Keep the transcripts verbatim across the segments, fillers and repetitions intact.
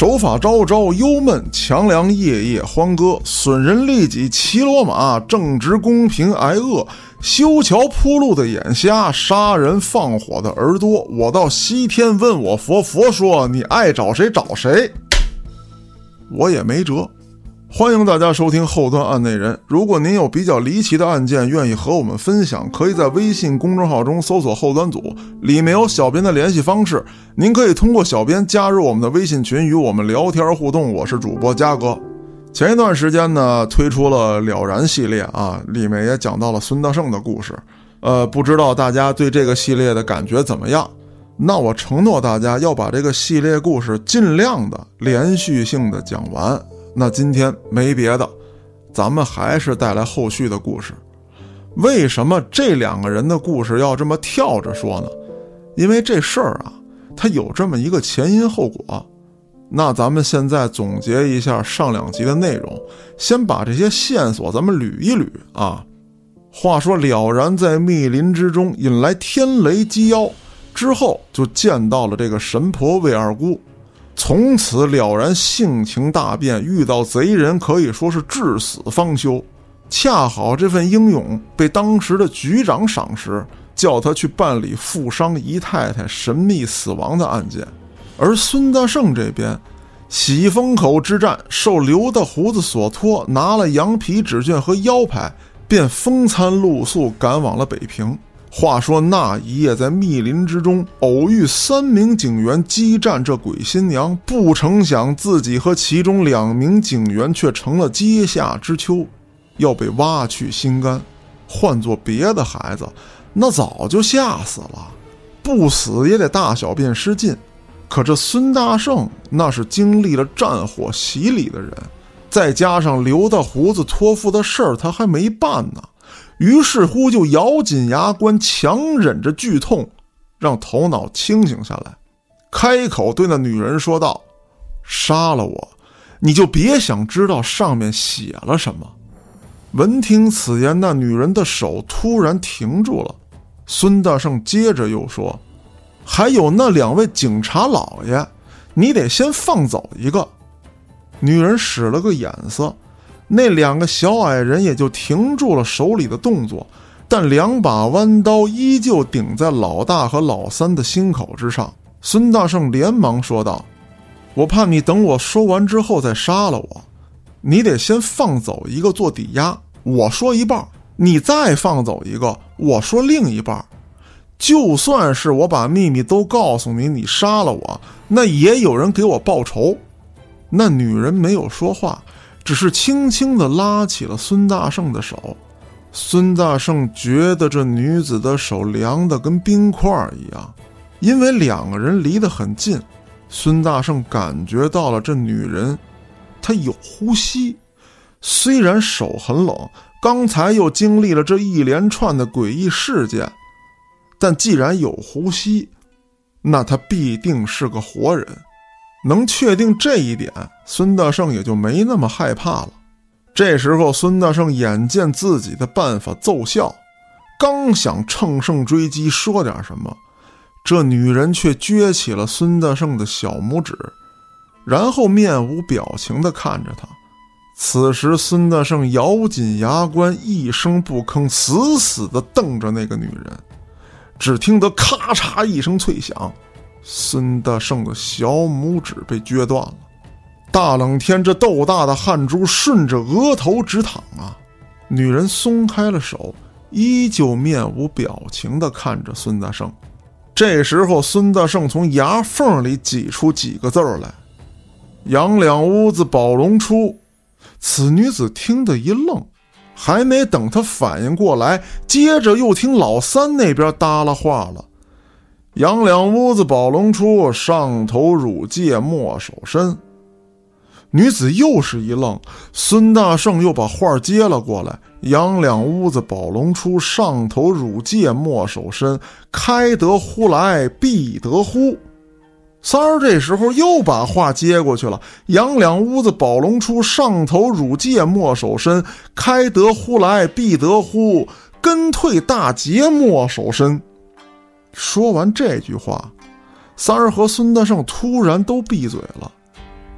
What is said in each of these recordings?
手法昭昭忧闷，强梁夜夜欢歌，损人利己骑骡马，正直公平挨饿，修桥铺路的眼瞎，杀人放火的耳朵。我到西天问我佛，佛说你爱找谁找谁，我也没辙。欢迎大家收听后端案内人。如果您有比较离奇的案件愿意和我们分享，可以在微信公众号中搜索后端组，里面有小编的联系方式，您可以通过小编加入我们的微信群，与我们聊天互动。我是主播嘉哥。前一段时间呢，推出了了然系列啊，里面也讲到了孙大圣的故事。呃，不知道大家对这个系列的感觉怎么样？那我承诺大家要把这个系列故事尽量的连续性的讲完。那今天没别的，咱们还是带来后续的故事。为什么这两个人的故事要这么跳着说呢？因为这事儿啊，它有这么一个前因后果。那咱们现在总结一下上两集的内容，先把这些线索咱们捋一捋啊。话说了然在密林之中引来天雷击妖，之后就见到了这个神婆魏二姑。从此了然性情大变，遇到贼人可以说是至死方休。恰好这份英勇被当时的局长赏识，叫他去办理富商姨太太神秘死亡的案件。而孙大圣这边，喜峰口之战受刘大胡子所托，拿了羊皮纸卷和腰牌，便风餐露宿赶往了北平。话说那一夜在密林之中偶遇三名警员激战这鬼新娘，不成想自己和其中两名警员却成了阶下之丘，要被挖去心肝。换做别的孩子那早就吓死了，不死也得大小便失禁。可这孙大圣那是经历了战火洗礼的人，再加上刘大胡子托付的事儿他还没办呢，于是乎就咬紧牙关，强忍着剧痛，让头脑清醒下来，开口对那女人说道：杀了我，你就别想知道上面写了什么。闻听此言，那女人的手突然停住了。孙大圣接着又说：还有那两位警察老爷，你得先放走一个。女人使了个眼色，那两个小矮人也就停住了手里的动作，但两把弯刀依旧顶在老大和老三的心口之上。孙大圣连忙说道：我怕你等我说完之后再杀了我，你得先放走一个做抵押，我说一半，你再放走一个，我说另一半。就算是我把秘密都告诉你，你杀了我，那也有人给我报仇。那女人没有说话，只是轻轻地拉起了孙大圣的手。孙大圣觉得这女子的手凉得跟冰块一样，因为两个人离得很近，孙大圣感觉到了这女人她有呼吸。虽然手很冷，刚才又经历了这一连串的诡异事件，但既然有呼吸，那她必定是个活人。能确定这一点，孙大圣也就没那么害怕了。这时候孙大圣眼见自己的办法奏效，刚想乘胜追击说点什么，这女人却撅起了孙大圣的小拇指，然后面无表情地看着他。此时孙大圣咬紧牙关，一声不吭，死死地瞪着那个女人。只听得咔嚓一声脆响，孙大圣的小拇指被撅断了。大冷天，这豆大的汗珠顺着额头直淌啊！女人松开了手，依旧面无表情地看着孙大圣。这时候孙大圣从牙缝里挤出几个字来：杨两屋子宝龙出。此女子听得一愣，还没等他反应过来，接着又听老三那边搭了话了：杨两屋子宝龙出，上头乳戒莫手身。女子又是一愣，孙大圣又把话接了过来：杨两屋子宝龙出，上头乳戒莫手身，开得乎来必得乎。三儿这时候又把话接过去了：杨两屋子宝龙出，上头乳戒莫手身，开得乎来必得乎，跟退大捷莫手身。说完这句话，三儿和孙大圣突然都闭嘴了。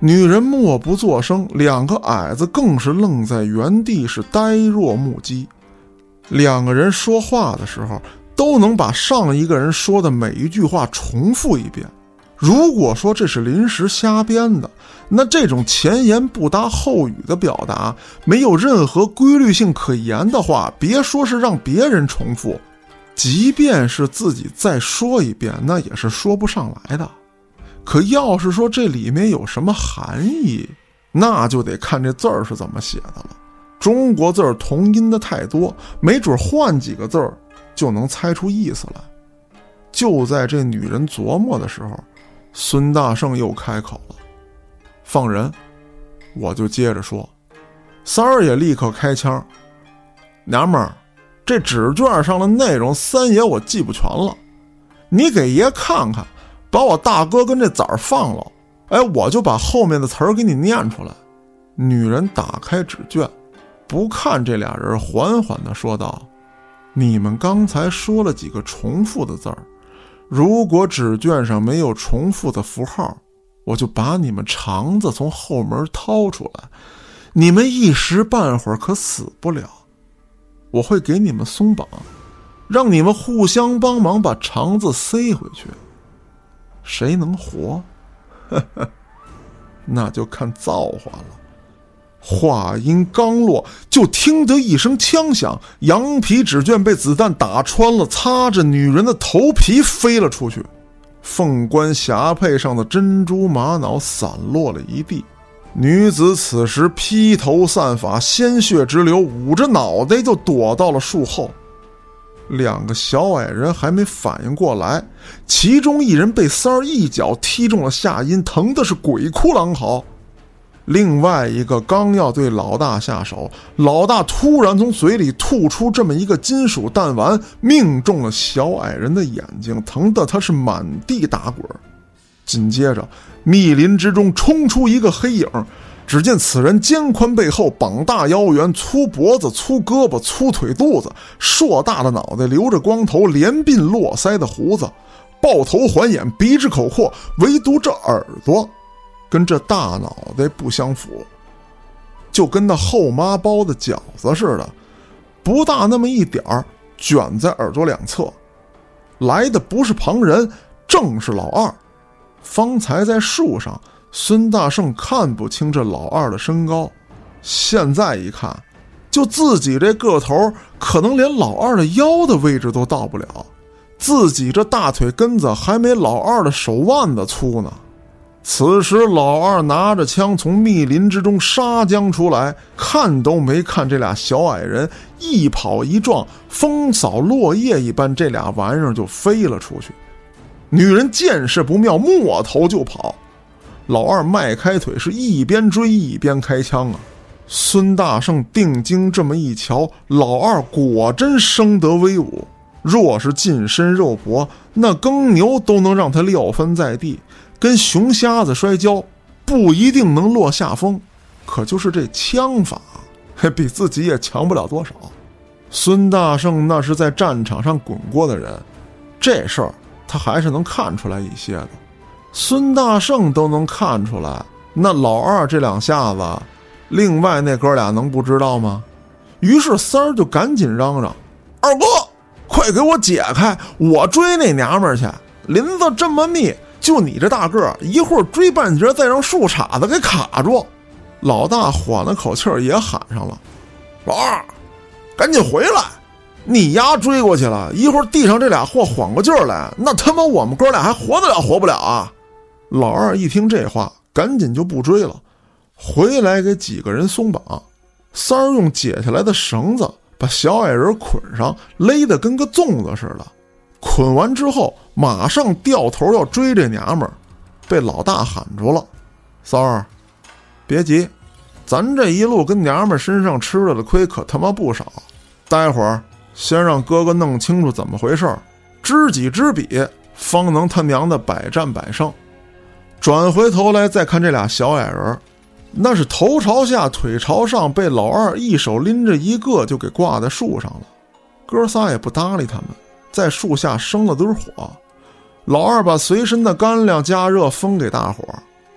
女人默不作声，两个矮子更是愣在原地，是呆若木鸡。两个人说话的时候都能把上一个人说的每一句话重复一遍。如果说这是临时瞎编的，那这种前言不搭后语的表达，没有任何规律性可言的话，别说是让别人重复，即便是自己再说一遍，那也是说不上来的。可要是说这里面有什么含义，那就得看这字儿是怎么写的了。中国字儿同音的太多，没准换几个字儿就能猜出意思来。就在这女人琢磨的时候，孙大圣又开口了：放人。我就接着说。三儿也立刻开枪：娘们儿，这纸卷上的内容三爷我记不全了，你给爷看看，把我大哥跟这崽儿放了，哎，我就把后面的词儿给你念出来。女人打开纸卷，不看这俩人，缓缓地说道：你们刚才说了几个重复的字儿，如果纸卷上没有重复的符号，我就把你们肠子从后门掏出来，你们一时半会儿可死不了。我会给你们松绑，让你们互相帮忙把肠子塞回去。谁能活？呵呵，那就看造化了。话音刚落，就听得一声枪响，羊皮纸卷被子弹打穿了，擦着女人的头皮飞了出去。凤冠霞帔上的珍珠玛瑙散落了一地。女子此时披头散发，鲜血直流，捂着脑袋就躲到了树后。两个小矮人还没反应过来，其中一人被三儿一脚踢中了下阴，疼的是鬼哭狼嚎。另外一个刚要对老大下手，老大突然从嘴里吐出这么一个金属弹丸，命中了小矮人的眼睛，疼得他是满地打滚。紧接着密林之中冲出一个黑影，只见此人肩宽背厚，膀大腰圆，粗脖子粗胳膊粗腿肚子，硕大的脑袋，留着光头，连鬓络腮的胡子，抱头环眼，鼻直口阔，唯独这耳朵跟这大脑袋不相符，就跟那后妈包的饺子似的，不大那么一点儿，卷在耳朵两侧。来的不是旁人，正是老二。方才在树上，孙大圣看不清这老二的身高，现在一看，就自己这个头，可能连老二的腰的位置都到不了，自己这大腿根子还没老二的手腕子粗呢。此时老二拿着枪从密林之中杀将出来，看都没看这俩小矮人，一跑一撞，风扫落叶一般，这俩玩意儿就飞了出去。女人见势不妙，抹头就跑。老二迈开腿，是一边追一边开枪啊。孙大圣定睛这么一瞧，老二果真生得威武，若是近身肉搏，那耕牛都能让他撂翻在地，跟熊瞎子摔跤不一定能落下风，可就是这枪法比自己也强不了多少。孙大圣那是在战场上滚过的人，这事儿他还是能看出来一些的。孙大圣都能看出来，那老二这两下子，另外那哥俩能不知道吗？于是三儿就赶紧嚷嚷：二哥，快给我解开，我追那娘们儿去，林子这么密，就你这大个，一会儿追半截再让树杈子给卡住。老大缓了口气儿也喊上了：老二，赶紧回来，你丫追过去了，一会儿地上这俩货缓过劲儿来，那他妈我们哥俩还活得了活不了啊。老二一听这话，赶紧就不追了，回来给几个人松绑。三儿用解下来的绳子把小矮人捆上，勒得跟个粽子似的。捆完之后马上掉头要追这娘们儿，被老大喊住了：三儿，别急，咱这一路跟娘们儿身上吃了的亏可他妈不少，待会儿先让哥哥弄清楚怎么回事，知己知彼，方能他娘的百战百胜。转回头来再看这俩小矮人，那是头朝下腿朝上，被老二一手拎着一个就给挂在树上了。哥仨也不搭理他们，在树下生了堆火。老二把随身的干粮加热分给大伙，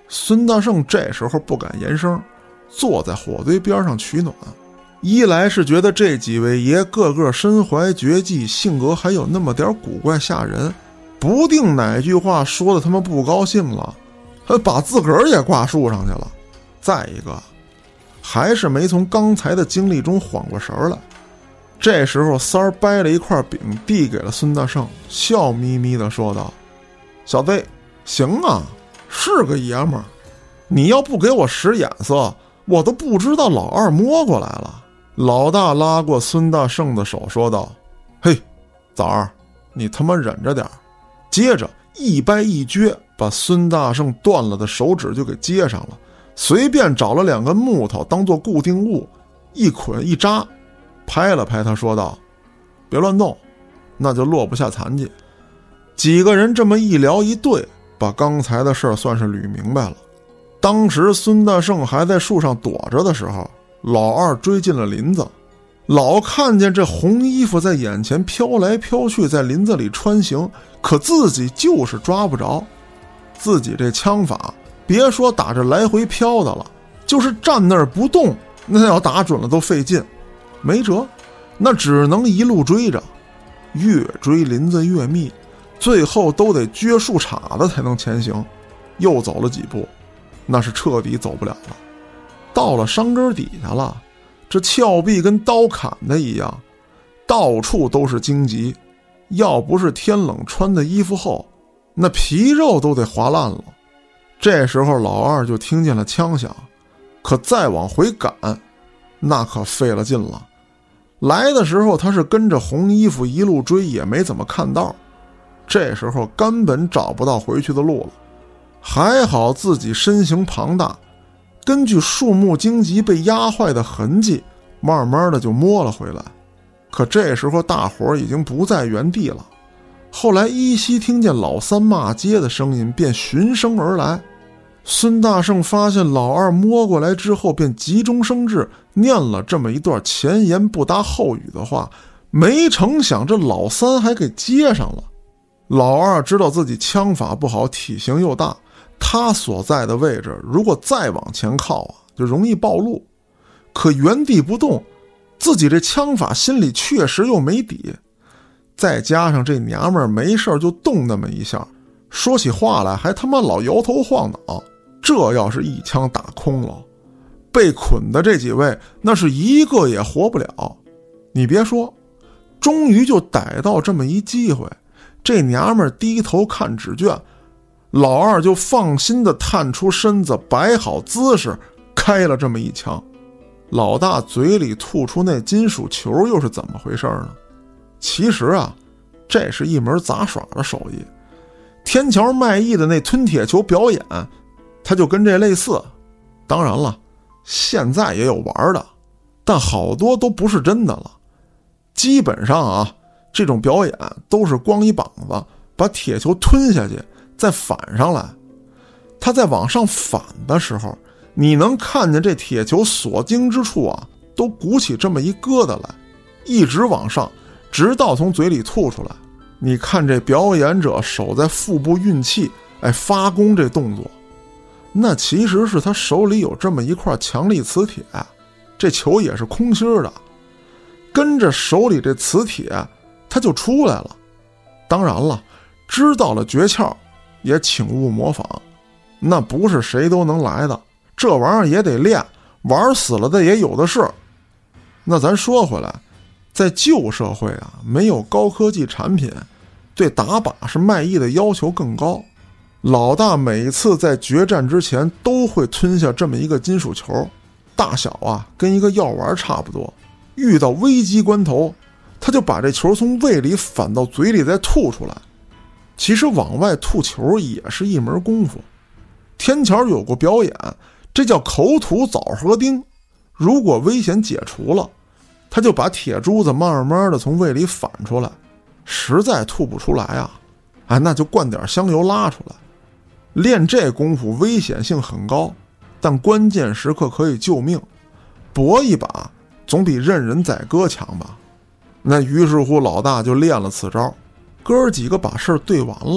孙大圣这时候不敢言声，坐在火堆边上取暖。一来是觉得这几位爷个个身怀绝技，性格还有那么点古怪吓人，不定哪句话说的他们不高兴了，把自个儿也挂树上去了。再一个，还是没从刚才的经历中缓过神来。这时候三儿掰了一块饼递给了孙大圣，笑眯眯地说道：小子，行啊，是个爷们儿，你要不给我使眼色，我都不知道老二摸过来了。老大拉过孙大圣的手说道：嘿，崽儿，你他妈忍着点。接着一掰一撅，把孙大圣断了的手指就给接上了，随便找了两根木头当做固定物，一捆一扎，拍了拍他说道：别乱动，那就落不下残疾。几个人这么一聊一对，把刚才的事儿算是捋明白了。当时孙大圣还在树上躲着的时候，老二追进了林子，老看见这红衣服在眼前飘来飘去，在林子里穿行，可自己就是抓不着。自己这枪法别说打着来回飘的了，就是站那儿不动，那要打准了都费劲。没辙，那只能一路追着，越追林子越密，最后都得撅树杈子才能前行。又走了几步，那是彻底走不了了。到了山根底下了，这峭壁跟刀砍的一样，到处都是荆棘，要不是天冷穿的衣服厚，那皮肉都得划烂了。这时候老二就听见了枪响，可再往回赶，那可费了劲了。来的时候他是跟着红衣服一路追，也没怎么看道，这时候根本找不到回去的路了。还好自己身形庞大，根据树木荆棘被压坏的痕迹，慢慢的就摸了回来。可这时候大伙儿已经不在原地了，后来依稀听见老三骂街的声音，便循声而来。孙大圣发现老二摸过来之后，便急中生智，念了这么一段前言不搭后语的话，没成想这老三还给接上了。老二知道自己枪法不好，体型又大，他所在的位置如果再往前靠啊，就容易暴露。可原地不动，自己这枪法心里确实又没底，再加上这娘们儿没事就动那么一下，说起话来还他妈老摇头晃脑，这要是一枪打空了，被捆的这几位那是一个也活不了。你别说，终于就逮到这么一机会，这娘们儿低头看纸卷，老二就放心地探出身子，摆好姿势，开了这么一枪。老大嘴里吐出那金属球又是怎么回事呢？其实啊，这是一门杂耍的手艺。天桥卖艺的那吞铁球表演，它就跟这类似。当然了，现在也有玩的，但好多都不是真的了。基本上啊，这种表演都是光一膀子把铁球吞下去，再反上来。他在往上反的时候，你能看见这铁球所经之处啊，都鼓起这么一疙瘩来，一直往上，直到从嘴里吐出来。你看这表演者手在腹部运气，哎，发功这动作，那其实是他手里有这么一块强力磁铁，这球也是空心的，跟着手里这磁铁他就出来了。当然了，知道了诀窍也请勿模仿，那不是谁都能来的，这玩意儿也得练，玩死了的也有的是。那咱说回来，在旧社会啊，没有高科技产品，对打靶是卖艺的要求更高。老大每次在决战之前都会吞下这么一个金属球，大小啊跟一个药丸差不多，遇到危机关头他就把这球从胃里反到嘴里再吐出来。其实往外吐球也是一门功夫，天桥有过表演，这叫口吐枣核钉。如果危险解除了，他就把铁珠子慢慢的从胃里反出来，实在吐不出来啊，哎，那就灌点香油拉出来。练这功夫危险性很高，但关键时刻可以救命，搏一把总比任人宰割强吧。那于是乎老大就练了此招，哥儿几个把事儿对完了，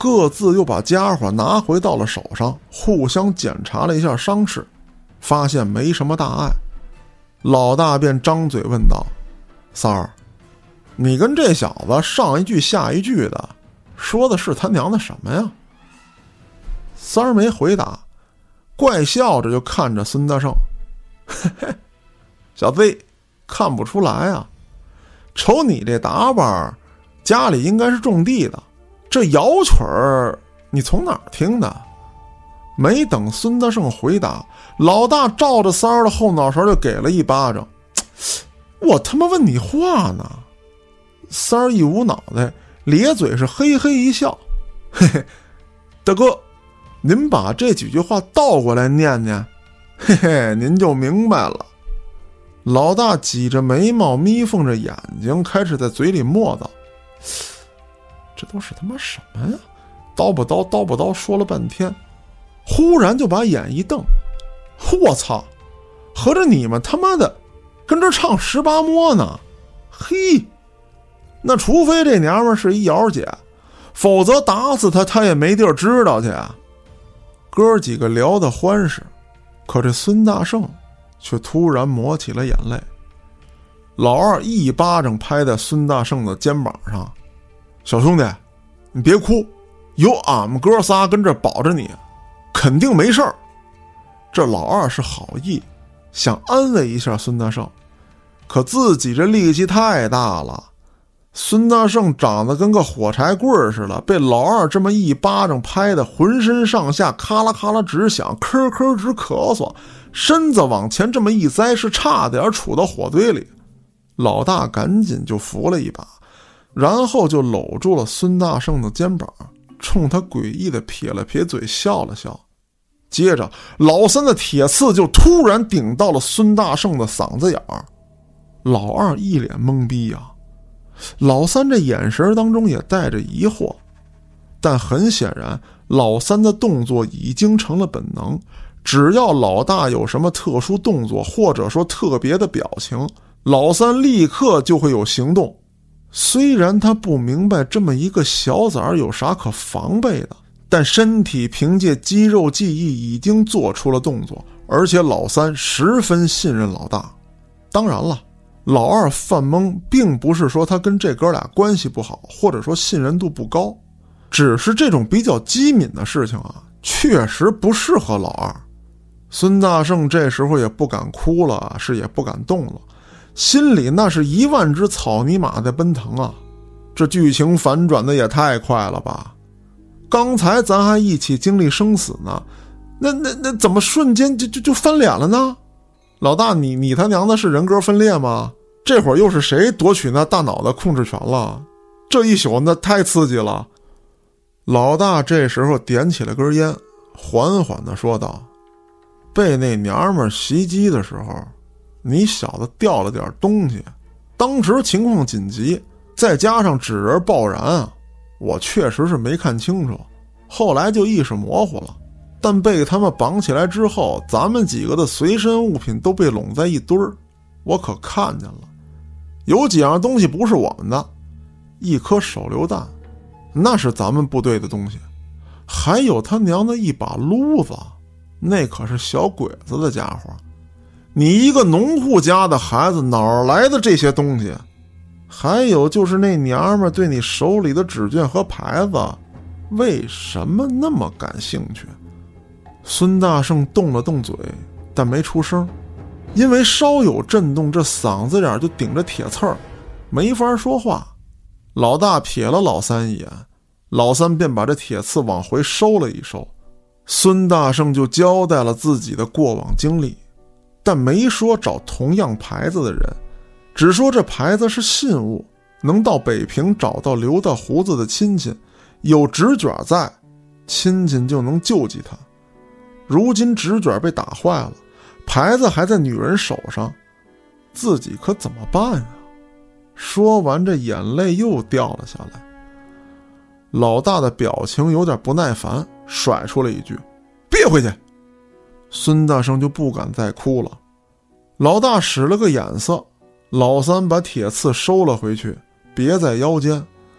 各自又把家伙拿回到了手上，互相检查了一下伤势，发现没什么大碍。老大便张嘴问道：三儿，你跟这小子上一句下一句的，说的是他娘的什么呀？三儿没回答，怪笑着就看着孙大圣：嘿嘿，小子，看不出来啊，瞅你这打扮，家里应该是种地的，这摇曲儿你从哪儿听的？没等孙大圣回答，老大照着三儿的后脑勺就给了一巴掌。我他妈问你话呢！三儿一捂脑袋，咧嘴是嘿嘿一笑：嘿嘿，大哥，您把这几句话倒过来念念，嘿嘿，您就明白了。老大挤着眉毛，眯缝着眼睛，开始在嘴里默叨：这都是他妈什么呀？叨不叨叨不叨说了半天，忽然就把眼一瞪：我操，合着你们他妈的跟这唱十八摸呢？嘿，那除非这娘们是一瑶姐，否则打死他他也没地儿知道去啊。哥几个聊得欢实，可这孙大圣却突然抹起了眼泪。老二一巴掌拍在孙大圣的肩膀上：小兄弟，你别哭，有俺们哥仨跟这保着你，肯定没事儿。这老二是好意，想安慰一下孙大圣，可自己这力气太大了。孙大圣长得跟个火柴棍似的，被老二这么一巴掌拍的浑身上下咔啦咔啦直响，咳咳直咳嗽，身子往前这么一栽，是差点杵到火堆里。老大赶紧就扶了一把，然后就搂住了孙大圣的肩膀，冲他诡异的撇了撇嘴，笑了笑。接着老三的铁刺就突然顶到了孙大圣的嗓子眼儿。老二一脸懵逼呀、啊，老三这眼神当中也带着疑惑，但很显然老三的动作已经成了本能，只要老大有什么特殊动作或者说特别的表情，老三立刻就会有行动。虽然他不明白这么一个小崽儿有啥可防备的，但身体凭借肌肉记忆已经做出了动作，而且老三十分信任老大。当然了，老二犯懵并不是说他跟这哥俩关系不好，或者说信任度不高，只是这种比较机敏的事情啊，确实不适合老二。孙大圣这时候也不敢哭了，是也不敢动了，心里那是一万只草泥马在奔腾啊！这剧情反转的也太快了吧！刚才咱还一起经历生死呢，那那那怎么瞬间就就就翻脸了呢？老大，你你他娘的是人格分裂吗？这会儿又是谁夺取那大脑的控制权了？这一宿那太刺激了。老大这时候点起了根烟，缓缓地说道：被那娘们袭击的时候，你小子掉了点东西，当时情况紧急，再加上纸人爆燃啊，我确实是没看清楚，后来就意识模糊了。但被他们绑起来之后，咱们几个的随身物品都被拢在一堆儿，我可看见了，有几样东西不是我们的，一颗手榴弹，那是咱们部队的东西，还有他娘的一把撸子，那可是小鬼子的家伙。你一个农户家的孩子哪儿来的这些东西？还有就是那娘们对你手里的纸卷和牌子，为什么那么感兴趣？孙大圣动了动嘴，但没出声，因为稍有震动，这嗓子眼就顶着铁刺儿，没法说话。老大瞥了老三一眼，老三便把这铁刺往回收了一收。孙大圣就交代了自己的过往经历，但没说找同样牌子的人，只说这牌子是信物，能到北平找到留大胡子的亲戚，有纸卷在，亲戚就能救济他。如今纸卷被打坏了，牌子还在女人手上，自己可怎么办啊？说完这眼泪又掉了下来。老大的表情有点不耐烦，甩出了一句：别回去。孙大圣就不敢再哭了。老大使了个眼色，老三把铁刺收了回去，别在腰间。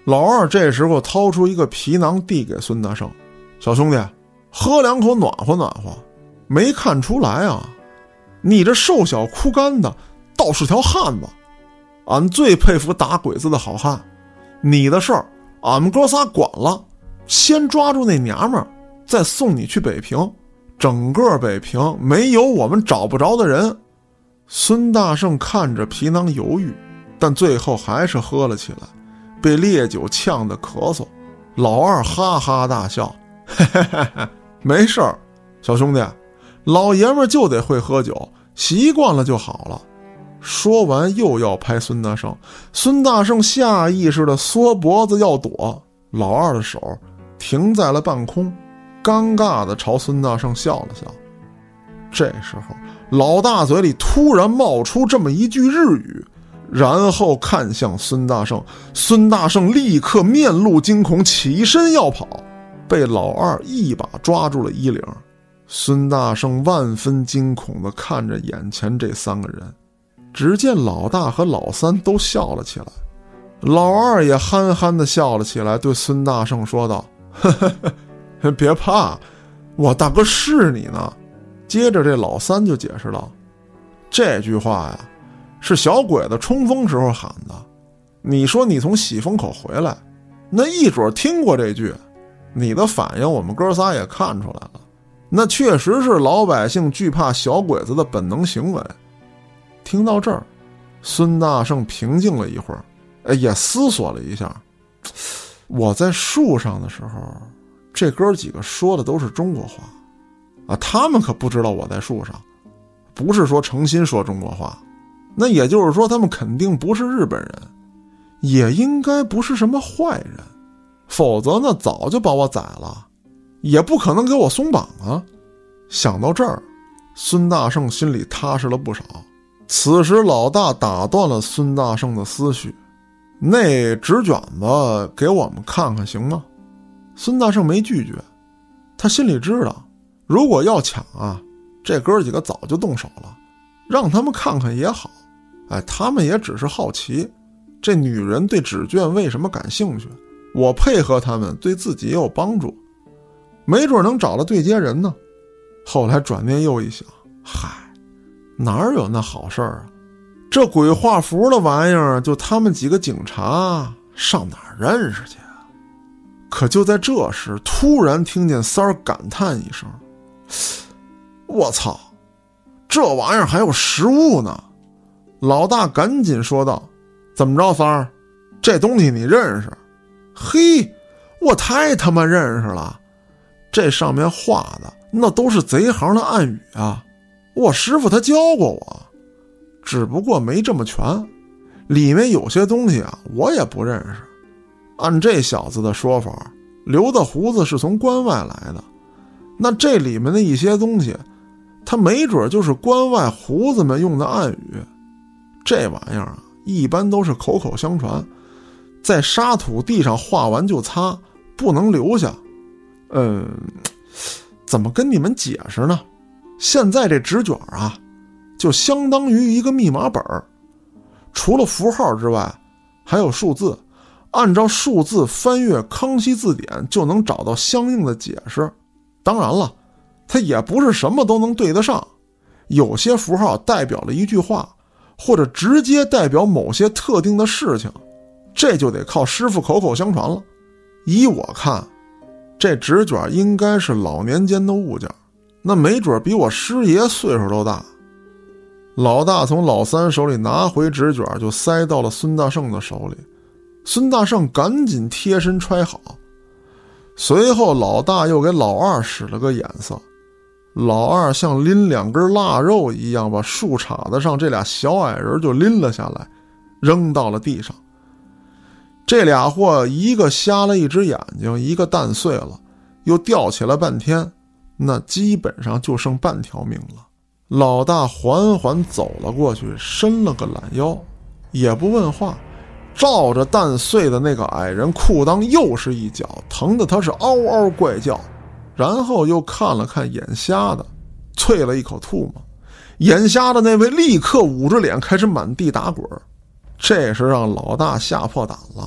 老二这时候掏出一个皮囊递给孙大圣，小兄弟，喝两口暖和暖和。没看出来啊，你这瘦小枯干的倒是条汉子。俺最佩服打鬼子的好汉，你的事儿俺们哥仨管了，先抓住那娘们儿，再送你去北平，整个北平没有我们找不着的人。孙大圣看着皮囊犹豫，但最后还是喝了起来，被烈酒呛得咳嗽。老二哈哈大笑，嘿嘿嘿嘿，没事儿，小兄弟，老爷们就得会喝酒，习惯了就好了。说完又要拍孙大圣，孙大圣下意识地缩脖子要躲，老二的手停在了半空，尴尬地朝孙大圣笑了笑。这时候老大嘴里突然冒出这么一句日语，然后看向孙大圣，孙大圣立刻面露惊恐，起身要跑，被老二一把抓住了衣领。孙大圣万分惊恐地看着眼前这三个人，只见老大和老三都笑了起来，老二也憨憨地笑了起来，对孙大圣说道，呵呵呵，别怕，我大哥是你呢。接着这老三就解释道，这句话呀是小鬼子冲锋时候喊的，你说你从喜峰口回来，那一准听过这句，你的反应我们哥仨也看出来了，那确实是老百姓惧怕小鬼子的本能行为。听到这儿，孙大圣平静了一会儿，也思索了一下，我在树上的时候，这哥几个说的都是中国话啊，他们可不知道我在树上，不是说诚心说中国话，那也就是说他们肯定不是日本人，也应该不是什么坏人，否则那早就把我宰了，也不可能给我松绑啊。想到这儿，孙大圣心里踏实了不少。此时老大打断了孙大圣的思绪，那纸卷子给我们看看行吗？孙大圣没拒绝，他心里知道如果要抢啊，这哥几个早就动手了，让他们看看也好。哎，他们也只是好奇，这女人对纸卷为什么感兴趣，我配合他们对自己也有帮助，没准能找到对接人呢。后来转念又一想，嗨，哪有那好事儿啊，这鬼画符的玩意儿就他们几个警察上哪儿认识去啊？可就在这时，突然听见三儿感叹一声，我操，这玩意儿还有实物呢。老大赶紧说道，怎么着三儿，这东西你认识？嘿，我太他妈认识了，这上面画的那都是贼行的暗语啊，我师傅他教过我，只不过没这么全，里面有些东西啊我也不认识。按这小子的说法，留的胡子是从关外来的，那这里面的一些东西他没准就是关外胡子们用的暗语。这玩意儿啊一般都是口口相传，在沙土地上画完就擦，不能留下。嗯，怎么跟你们解释呢？现在这纸卷啊就相当于一个密码本，除了符号之外还有数字，按照数字翻阅康熙字典就能找到相应的解释。当然了，它也不是什么都能对得上，有些符号代表了一句话，或者直接代表某些特定的事情，这就得靠师傅口口相传了。依我看，这纸卷应该是老年间的物件，那没准比我师爷岁数都大。老大从老三手里拿回纸卷，就塞到了孙大圣的手里。孙大圣赶紧贴身揣好，随后老大又给老二使了个眼色，老二像拎两根腊肉一样，把树杈子上这俩小矮人就拎了下来，扔到了地上。这俩货一个瞎了一只眼睛，一个蛋碎了，又吊起来半天，那基本上就剩半条命了。老大缓缓走了过去，伸了个懒腰，也不问话，照着蛋碎的那个矮人裤裆又是一脚，疼得他是嗷嗷怪叫，然后又看了看眼瞎的，啐了一口吐沫。眼瞎的那位立刻捂着脸开始满地打滚，这是让老大吓破胆了，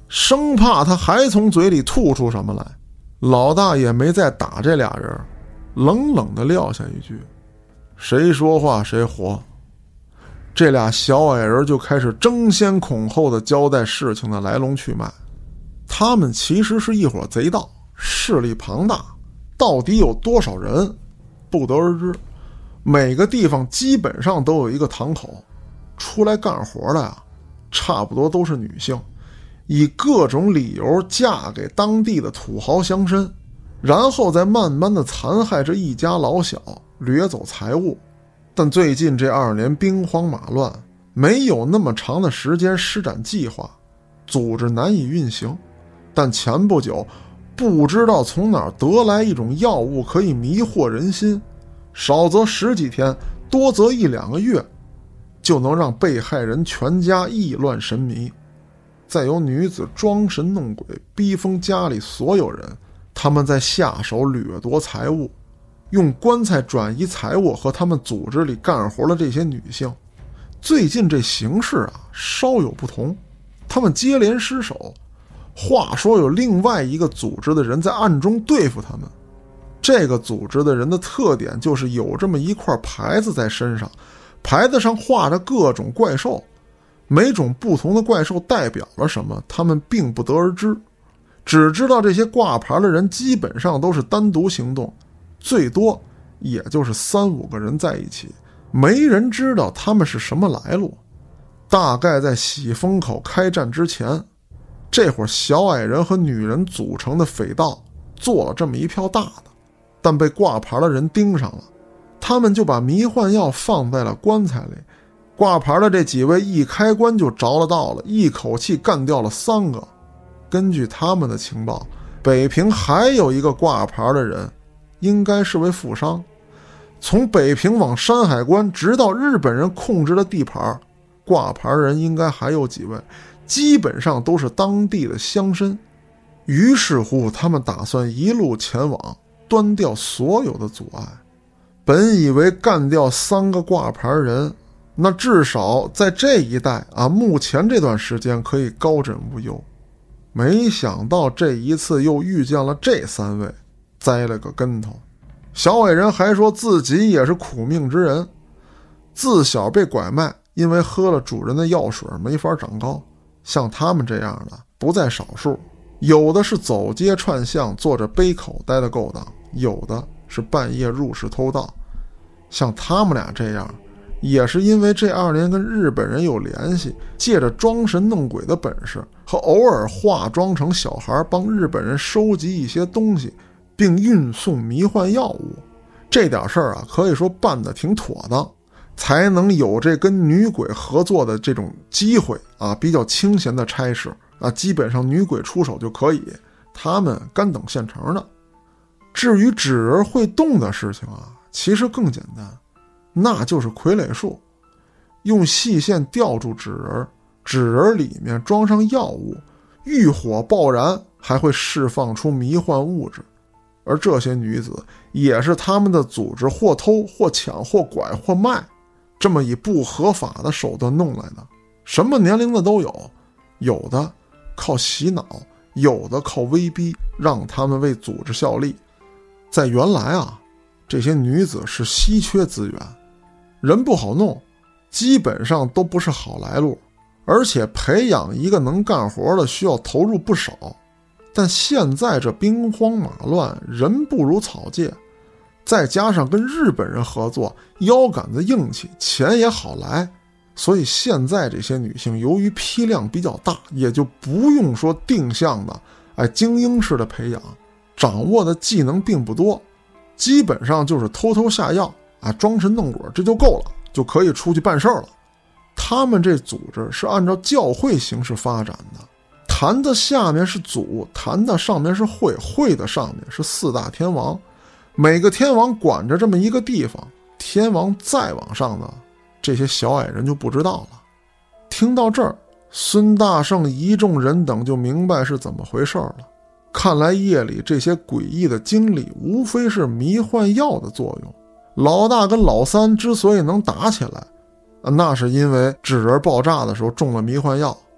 生怕他还从嘴里吐出什么来。老大也没再打这俩人，冷冷地撂下一句：谁说话谁活。这俩小矮人就开始争先恐后地交代事情的来龙去脉。他们其实是一伙贼盗，势力庞大，到底有多少人不得而知。每个地方基本上都有一个堂口，出来干活的呀，差不多都是女性，以各种理由嫁给当地的土豪乡绅，然后再慢慢的残害着一家老小，掠走财物。但最近这二年兵荒马乱，没有那么长的时间施展计划，组织难以运行。但前不久不知道从哪儿得来一种药物，可以迷惑人心，少则十几天，多则一两个月，就能让被害人全家意乱神迷。再由女子装神弄鬼，逼疯家里所有人，他们在下手掠夺财物，用棺材转移财物和他们组织里干活的这些女性。最近这形势啊稍有不同，他们接连失手。话说有另外一个组织的人在暗中对付他们，这个组织的人的特点就是有这么一块牌子在身上，牌子上画着各种怪兽，每种不同的怪兽代表了什么，他们并不得而知，只知道这些挂牌的人基本上都是单独行动，最多也就是三五个人在一起，没人知道他们是什么来路。大概在喜峰口开战之前，这伙小矮人和女人组成的匪盗做了这么一票大的，但被挂牌的人盯上了，他们就把迷幻药放在了棺材里。挂牌的这几位一开棺就着了道了，一口气干掉了三个。根据他们的情报，北平还有一个挂牌的人，应该是位富商。从北平往山海关直到日本人控制的地盘，挂牌人应该还有几位，基本上都是当地的乡绅。于是乎他们打算一路前往，端掉所有的阻碍。本以为干掉三个挂牌人，那至少在这一带啊，目前这段时间可以高枕无忧。没想到这一次又遇见了这三位，栽了个跟头。小矮人还说自己也是苦命之人，自小被拐卖，因为喝了主人的药水没法长高。像他们这样的不在少数，有的是走街串巷做着背口袋的勾当，有的是半夜入室偷盗。像他们俩这样，也是因为这二年跟日本人有联系，借着装神弄鬼的本事和偶尔化妆成小孩帮日本人收集一些东西，并运送迷幻药物。这点事儿啊，可以说办得挺妥当，才能有这跟女鬼合作的这种机会啊，比较清闲的差事啊，基本上女鬼出手就可以，他们干等现成的。至于纸人会动的事情啊，其实更简单，那就是傀儡术。用细线吊住纸人，纸人里面装上药物，遇火爆燃，还会释放出迷幻物质。而这些女子也是他们的组织或偷或抢或拐或卖，这么以不合法的手段弄来的，什么年龄的都有，有的靠洗脑，有的靠威逼，让他们为组织效力。在原来啊，这些女子是稀缺资源，人不好弄，基本上都不是好来路，而且培养一个能干活的需要投入不少。但现在这兵荒马乱，人不如草芥，再加上跟日本人合作，腰杆子硬气，钱也好来，所以现在这些女性由于批量比较大，也就不用说定向的哎精英式的培养，掌握的技能并不多，基本上就是偷偷下药啊，装神弄鬼，这就够了，就可以出去办事了。他们这组织是按照教会形式发展的，坛的下面是祖，坛的上面是会，会的上面是四大天王，每个天王管着这么一个地方，天王再往上的这些小矮人就不知道了。听到这儿，孙大圣一众人等就明白是怎么回事了。看来夜里这些诡异的经历无非是迷幻药的作用。老大跟老三之所以能打起来，那是因为纸人爆炸的时候中了迷幻药。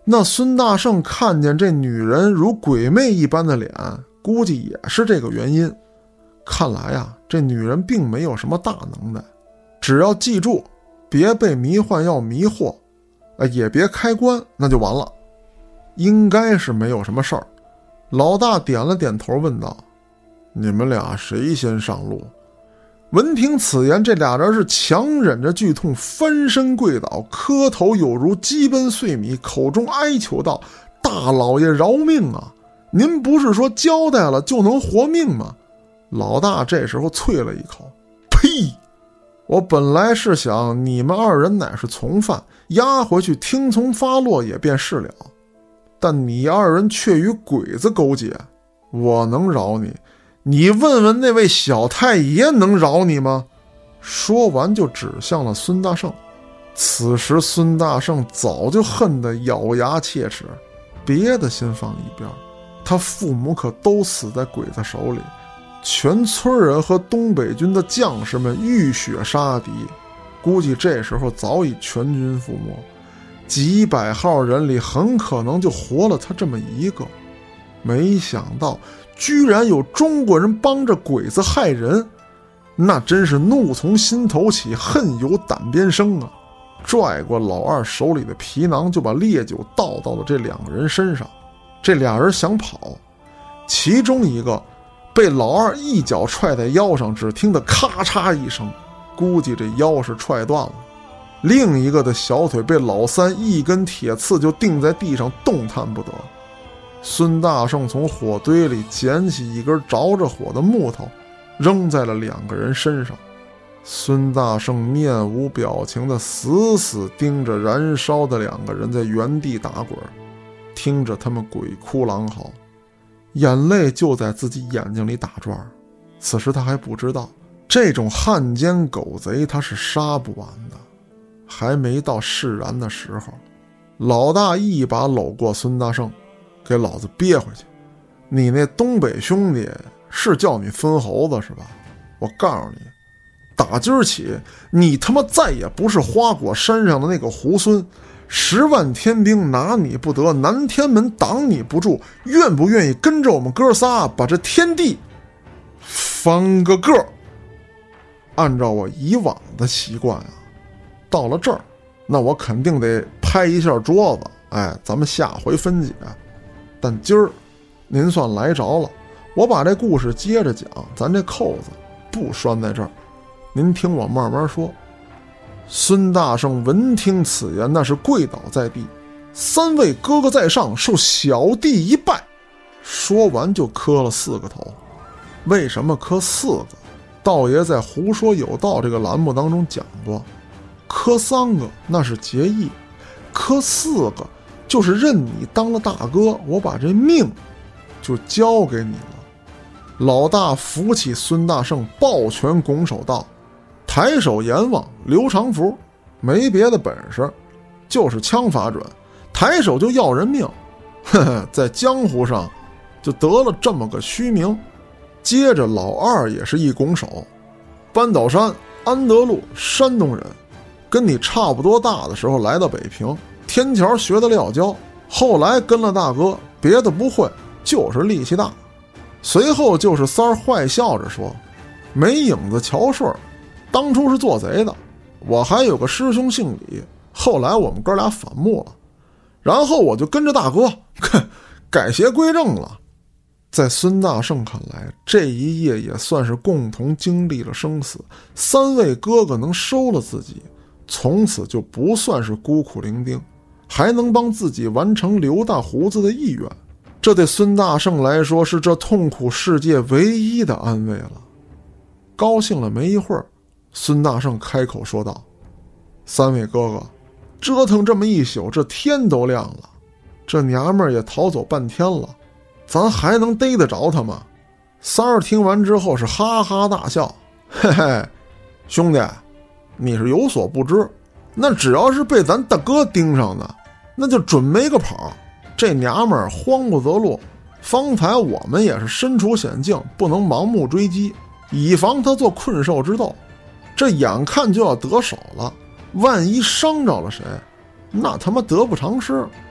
那孙大圣看见这女人如鬼魅一般的脸，估计也是这个原因。看来啊，这女人并没有什么大能耐，只要记住别被迷幻药迷惑，也别开棺，那就完了。应该是没有什么事儿。老大点了点头问道：你们俩谁先上路？闻听此言，这俩人是强忍着剧痛翻身跪倒，磕头有如鸡奔碎米，口中哀求道：大老爷饶命啊，您不是说交代了就能活命吗？老大这时候啐了一口：呸！我本来是想你们二人乃是从犯，押回去听从发落也便是了，但你二人却与鬼子勾结，我能饶你？你问问那位小太爷能饶你吗？说完就指向了孙大圣。此时孙大圣早就恨得咬牙切齿，别的先放一边，他父母可都死在鬼子手里，全村人和东北军的将士们浴血杀敌，估计这时候早已全军覆没，几百号人里很可能就活了他这么一个。没想到居然有中国人帮着鬼子害人，那真是怒从心头起，恨由胆边生啊！拽过老二手里的皮囊，就把烈酒倒到了这两个人身上。这俩人想跑，其中一个被老二一脚踹在腰上，只听得咔嚓一声，估计这腰是踹断了。另一个的小腿被老三一根铁刺就钉在地上，动弹不得。孙大圣从火堆里捡起一根着着火的木头，扔在了两个人身上。孙大圣面无表情地死死盯着燃烧的两个人在原地打滚，听着他们鬼哭狼嚎，眼泪就在自己眼睛里打转。此时他还不知道，这种汉奸狗贼他是杀不完的。还没到释然的时候，老大一把搂过孙大圣，给老子憋回去！你那东北兄弟是叫你孙猴子是吧？我告诉你，打今儿起，你他妈再也不是花果山上的那个猢狲，十万天兵拿你不得，南天门挡你不住，愿不愿意跟着我们哥仨把这天地翻个个？按照我以往的习惯啊，到了这儿，那我肯定得拍一下桌子，哎，咱们下回分解。但今儿您算来着了，我把这故事接着讲，咱这扣子不拴在这儿，您听我慢慢说。孙大圣闻听此言，那是跪倒在地：三位哥哥在上，受小弟一拜。说完就磕了四个头。为什么磕四个？道爷在胡说有道这个栏目当中讲过，磕三个那是结义，磕四个就是认你当了大哥，我把这命就交给你了。老大扶起孙大圣，抱拳拱手道：抬手阎王刘长福，没别的本事，就是枪法准，抬手就要人命，呵呵，在江湖上就得了这么个虚名。接着老二也是一拱手：班岛山安德路，山东人，跟你差不多大的时候来到北平，天桥学的撂跤，后来跟了大哥，别的不会，就是力气大。随后就是三儿坏笑着说：没影子乔顺当初是做贼的，我还有个师兄姓李，后来我们哥俩反目了，然后我就跟着大哥改邪归正了。在孙大圣看来，这一夜也算是共同经历了生死，三位哥哥能收了自己，从此就不算是孤苦伶仃，还能帮自己完成刘大胡子的意愿，这对孙大圣来说是这痛苦世界唯一的安慰了。高兴了没一会儿，孙大圣开口说道：三位哥哥，折腾这么一宿，这天都亮了，这娘们儿也逃走半天了，咱还能逮得着他吗？三儿听完之后是哈哈大笑：嘿嘿，兄弟，你是有所不知，那只要是被咱大哥盯上的，那就准没个跑。这娘们儿慌不择路，方才我们也是身处险境，不能盲目追击，以防他做困兽之斗。这眼看就要得手了，万一伤着了谁，那他妈得不偿失。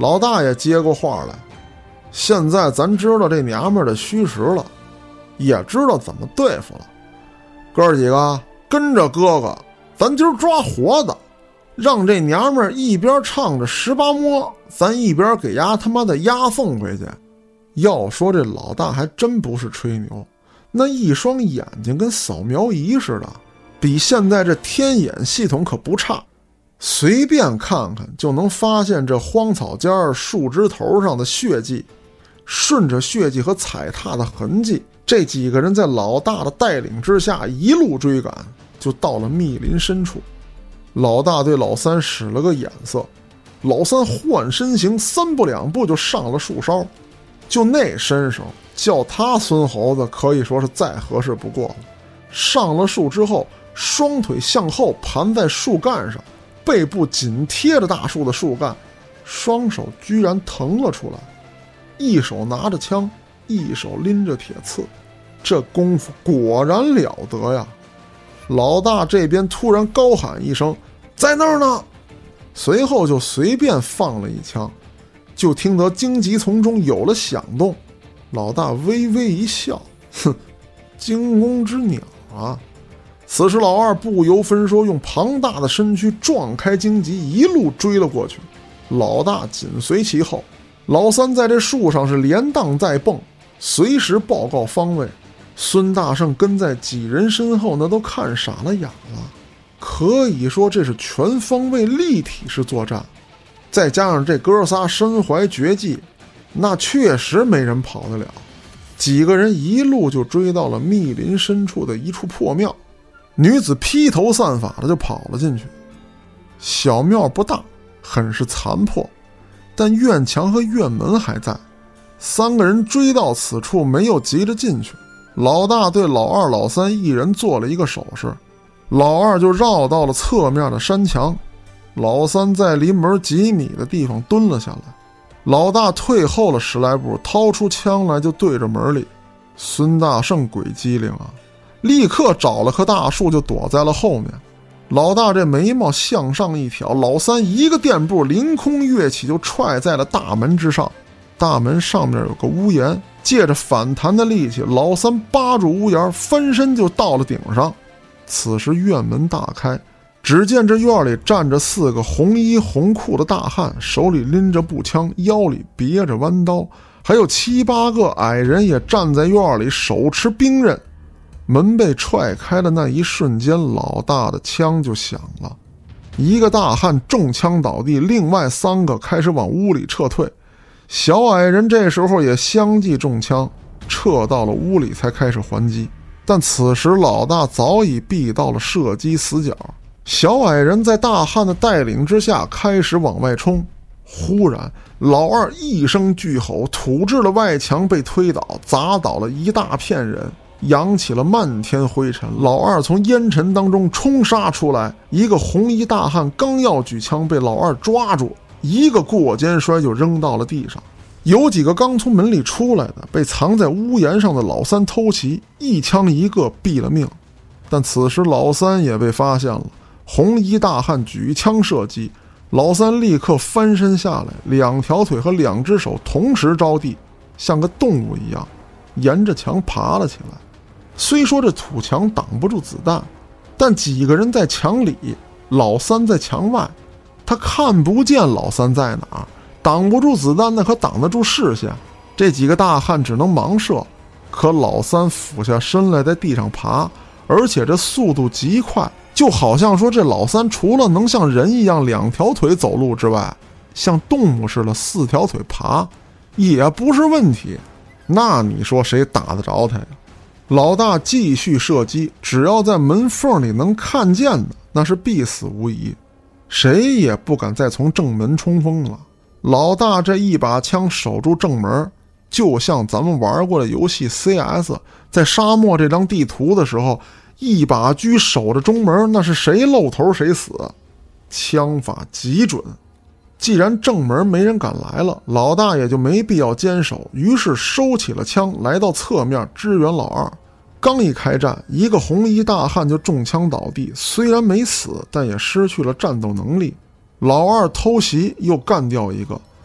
老大爷接过话来，现在咱知道这娘们儿的虚实了，也知道怎么对付了。哥儿几个跟着哥哥，咱今儿抓活的，让这娘们儿一边唱着十八摸，咱一边给丫他妈的押送回去。要说这老大还真不是吹牛，那一双眼睛跟扫描仪似的，比现在这天眼系统可不差，随便看看就能发现这荒草间树枝头上的血迹。顺着血迹和踩踏的痕迹，这几个人在老大的带领之下一路追赶，就到了密林深处。老大对老三使了个眼色，老三换身形，三步两步就上了树梢。就那身手，叫他孙猴子可以说是再合适不过了。上了树之后，双腿向后盘在树干上，背部紧贴着大树的树干，双手居然腾了出来，一手拿着枪，一手拎着铁刺，这功夫果然了得呀！老大这边突然高喊一声：“在那儿呢！”随后就随便放了一枪，就听得荆棘丛中有了响动。老大微微一笑，哼，惊弓之鸟啊！此时老二不由分说，用庞大的身躯撞开荆棘，一路追了过去。老大紧随其后，老三在这树上是连荡带蹦，随时报告方位。孙大圣跟在几人身后，那都看傻了眼了。可以说这是全方位立体式作战，再加上这哥仨身怀绝技，那确实没人跑得了。几个人一路就追到了密林深处的一处破庙，女子披头散发的就跑了进去。小庙不大，很是残破，但院墙和院门还在。三个人追到此处，没有急着进去。老大对老二老三一人做了一个手势，老二就绕到了侧面的山墙，老三在离门几米的地方蹲了下来。老大退后了十来步，掏出枪来就对着门里。孙大圣鬼机灵啊，立刻找了棵大树就躲在了后面。老大这眉毛向上一挑，老三一个垫步凌空跃起，就踹在了大门之上。大门上面有个屋檐，借着反弹的力气，老三扒住屋檐，翻身就到了顶上。此时院门大开，只见这院里站着四个红衣红裤的大汉，手里拎着步枪，腰里别着弯刀，还有七八个矮人也站在院里，手持兵刃。门被踹开的那一瞬间，老大的枪就响了，一个大汉中枪倒地，另外三个开始往屋里撤退。小矮人这时候也相继中枪，撤到了屋里才开始还击。但此时老大早已避到了射击死角，小矮人在大汉的带领之下开始往外冲。忽然老二一声巨吼，土制的外墙被推倒，砸倒了一大片人，扬起了漫天灰尘。老二从烟尘当中冲杀出来，一个红衣大汉刚要举枪，被老二抓住，一个过肩摔就扔到了地上。有几个刚从门里出来的被藏在屋檐上的老三偷袭，一枪一个毙了命。但此时老三也被发现了，红衣大汉举枪射击，老三立刻翻身下来，两条腿和两只手同时着地，像个动物一样沿着墙爬了起来。虽说这土墙挡不住子弹，但几个人在墙里，老三在墙外，他看不见老三在哪儿，挡不住子弹，那可挡得住视线。这几个大汉只能盲射，可老三俯下身来在地上爬，而且这速度极快，就好像说这老三除了能像人一样两条腿走路之外，像动物似的四条腿爬也不是问题。那你说谁打得着他呀？老大继续射击，只要在门缝里能看见的，那是必死无疑，谁也不敢再从正门冲锋了。老大这一把枪守住正门，就像咱们玩过的游戏 C S， 在沙漠这张地图的时候，一把狙守着中门，那是谁露头谁死，枪法极准。既然正门没人敢来了，老大也就没必要坚守，于是收起了枪，来到侧面支援老二。刚一开战，一个红衣大汉就中枪倒地，虽然没死，但也失去了战斗能力。老二偷袭又干掉一个，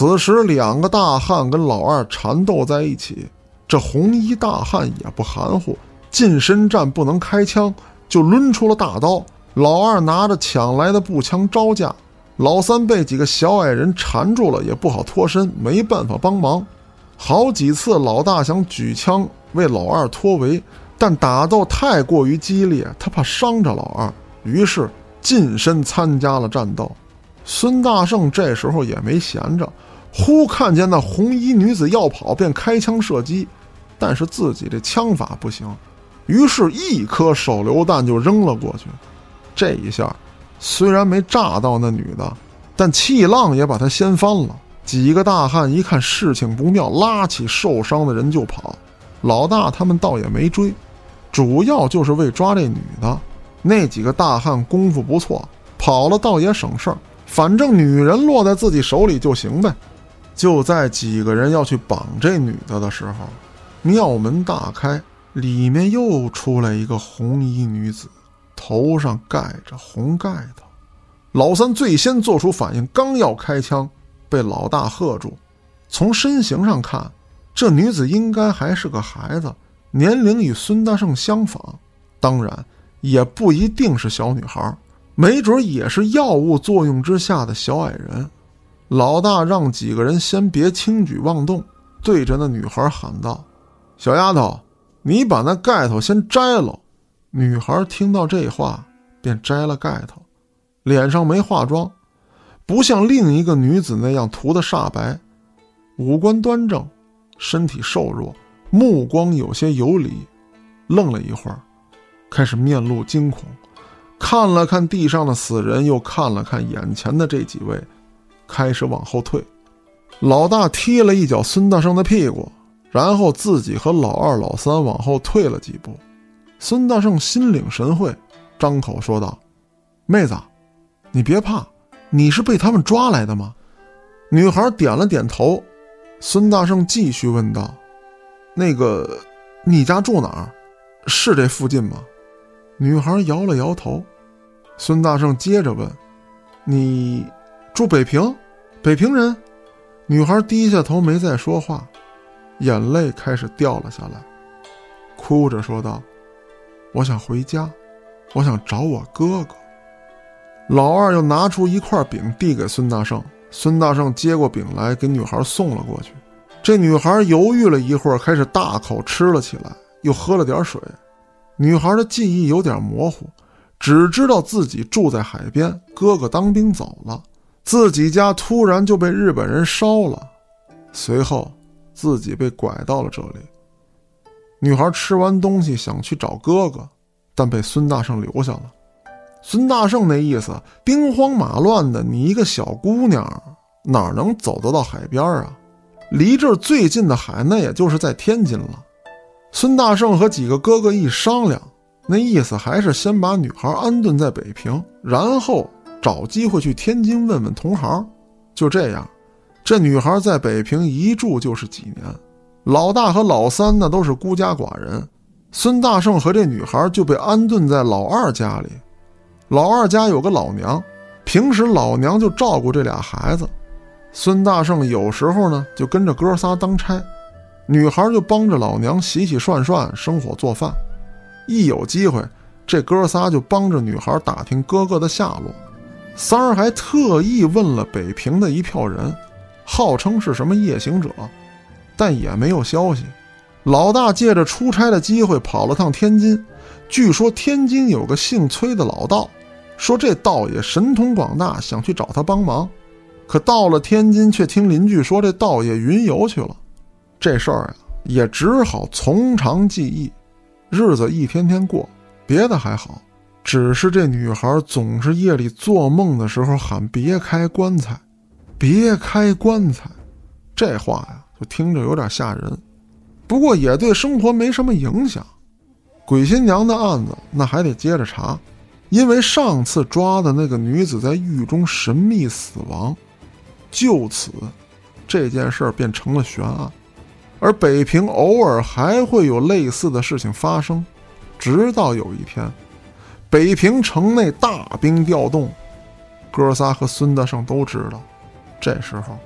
此时两个大汉跟老二缠斗在一起，这红衣大汉也不含糊，近身战不能开枪，就抡出了大刀。老二拿着抢来的步枪招架，老三被几个小矮人缠住了，也不好脱身，没办法帮忙。好几次老大想举枪为老二脱围，但打斗太过于激烈，他怕伤着老二，于是近身参加了战斗。孙大圣这时候也没闲着，忽看见那红衣女子要跑，便开枪射击，但是自己这枪法不行，于是一颗手榴弹就扔了过去。这一下虽然没炸到那女的，但气浪也把她掀翻了。几个大汉一看事情不妙，拉起受伤的人就跑。老大他们倒也没追，主要就是为抓这女的。那几个大汉功夫不错，跑了倒也省事儿，反正女人落在自己手里就行呗。就在几个人要去绑这女的的时候，庙门大开，里面又出来一个红衣女子，头上盖着红盖头。老三最先做出反应，刚要开枪，被老大喝住。从身形上看，这女子应该还是个孩子，年龄与孙大圣相仿，当然也不一定是小女孩，没准也是药物作用之下的小矮人。老大让几个人先别轻举妄动，对着那女孩喊道：小丫头，你把那盖头先摘了。女孩听到这话便摘了盖头，脸上没化妆，不像另一个女子那样涂得煞白，五官端正，身体瘦弱，目光有些游离，愣了一会儿，开始面露惊恐，看了看地上的死人，又看了看眼前的这几位，开始往后退。老大踢了一脚孙大圣的屁股，然后自己和老二老三往后退了几步。孙大圣心领神会，张口说道：妹子，你别怕，你是被他们抓来的吗？女孩点了点头。孙大圣继续问道：那个，你家住哪儿？是这附近吗？女孩摇了摇头。孙大圣接着问：你住北平？北平人？女孩低下头没再说话，眼泪开始掉了下来，哭着说道：我想回家，我想找我哥哥。老二又拿出一块饼递给孙大圣，孙大圣接过饼来给女孩送了过去。这女孩犹豫了一会儿，开始大口吃了起来，又喝了点水。女孩的记忆有点模糊，只知道自己住在海边，哥哥当兵走了，自己家突然就被日本人烧了，随后自己被拐到了这里。女孩吃完东西想去找哥哥，但被孙大圣留下了。孙大圣那意思，兵荒马乱的，你一个小姑娘哪能走得到海边啊？离这儿最近的海那也就是在天津了。孙大圣和几个哥哥一商量，那意思还是先把女孩安顿在北平，然后找机会去天津问问同行。就这样，这女孩在北平一住就是几年。老大和老三呢都是孤家寡人，孙大圣和这女孩就被安顿在老二家里。老二家有个老娘，平时老娘就照顾这俩孩子。孙大圣有时候呢就跟着哥仨当差，女孩就帮着老娘洗洗涮涮，生火做饭。一有机会，这哥仨就帮着女孩打听哥哥的下落。三儿还特意问了北平的一票人，号称是什么夜行者，但也没有消息。老大借着出差的机会跑了趟天津，据说天津有个姓崔的老道，说这道爷神通广大，想去找他帮忙。可到了天津，却听邻居说这道爷云游去了。这事儿啊，也只好从长计议。日子一天天过，别的还好，只是这女孩总是夜里做梦的时候喊别开棺材，别开棺材。这话呀，就听着有点吓人，不过也对生活没什么影响。鬼新娘的案子那还得接着查，因为上次抓的那个女子在狱中神秘死亡，就此这件事便成了悬案。而北平偶尔还会有类似的事情发生，直到有一天北平城内大兵调动，哥仨和孙大圣都知道。这时候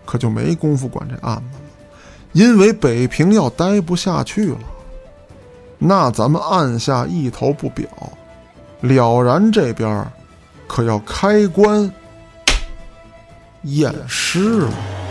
可就没工夫管这案子了，因为北平要待不下去了。那咱们按下一头不表，了然这边可要开棺验尸了。